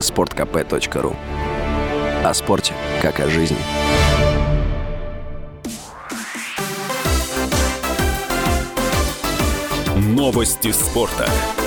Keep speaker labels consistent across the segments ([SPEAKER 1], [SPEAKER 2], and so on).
[SPEAKER 1] sportkp.ru. О спорте, как о жизни.
[SPEAKER 2] Новости спорта.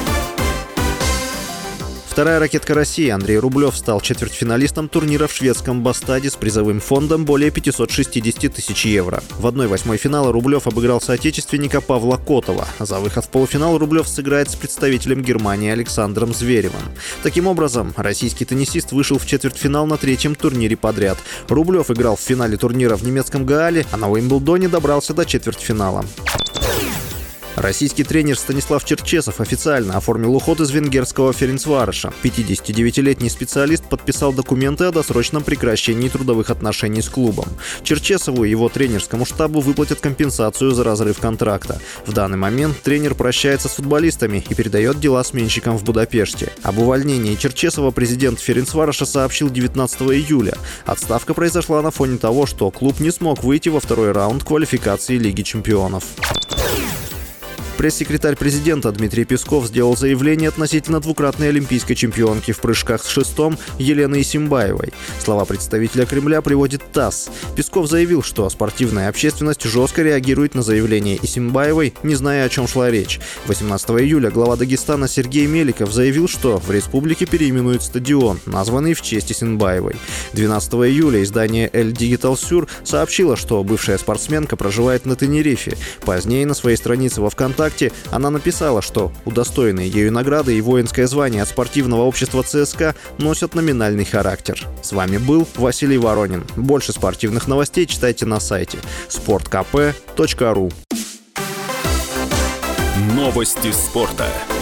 [SPEAKER 3] Вторая ракетка России Андрей Рублев стал четвертьфиналистом турнира в шведском Бастаде с призовым фондом более 560 тысяч евро. В 1/8 финала Рублев обыграл соотечественника Павла Котова. За выход в полуфинал Рублев сыграет с представителем Германии Александром Зверевым. Таким образом, российский теннисист вышел в четвертьфинал на третьем турнире подряд. Рублев играл в финале турнира в немецком Гаале, а на Уимблдоне добрался до четвертьфинала. Российский тренер Станислав Черчесов официально оформил уход из венгерского Ференцвароша. 59-летний специалист подписал документы о досрочном прекращении трудовых отношений с клубом. Черчесову и его тренерскому штабу выплатят компенсацию за разрыв контракта. В данный момент тренер прощается с футболистами и передает дела сменщикам в Будапеште. Об увольнении Черчесова президент Ференцвароша сообщил 19 июля. Отставка произошла на фоне того, что клуб не смог выйти во второй раунд квалификации Лиги чемпионов. Пресс-секретарь президента Дмитрий Песков сделал заявление относительно двукратной олимпийской чемпионки в прыжках с шестом Елены Исимбаевой. Слова представителя Кремля приводит ТАСС. Песков заявил, что спортивная общественность жестко реагирует на заявление Исимбаевой, не зная, о чем шла речь. 18 июля глава Дагестана Сергей Меликов заявил, что в республике переименуют стадион, названный в честь Исимбаевой. 12 июля издание «Эль Дигитал Сюр» сообщило, что бывшая спортсменка проживает на Тенерифе. Позднее на своей странице во ВКонтакте она написала, что удостоенные ею награды и воинское звание от спортивного общества ЦСКА носят номинальный характер. С вами был Василий Воронин. Больше спортивных новостей читайте на сайте sportkp.ru.
[SPEAKER 2] Новости спорта.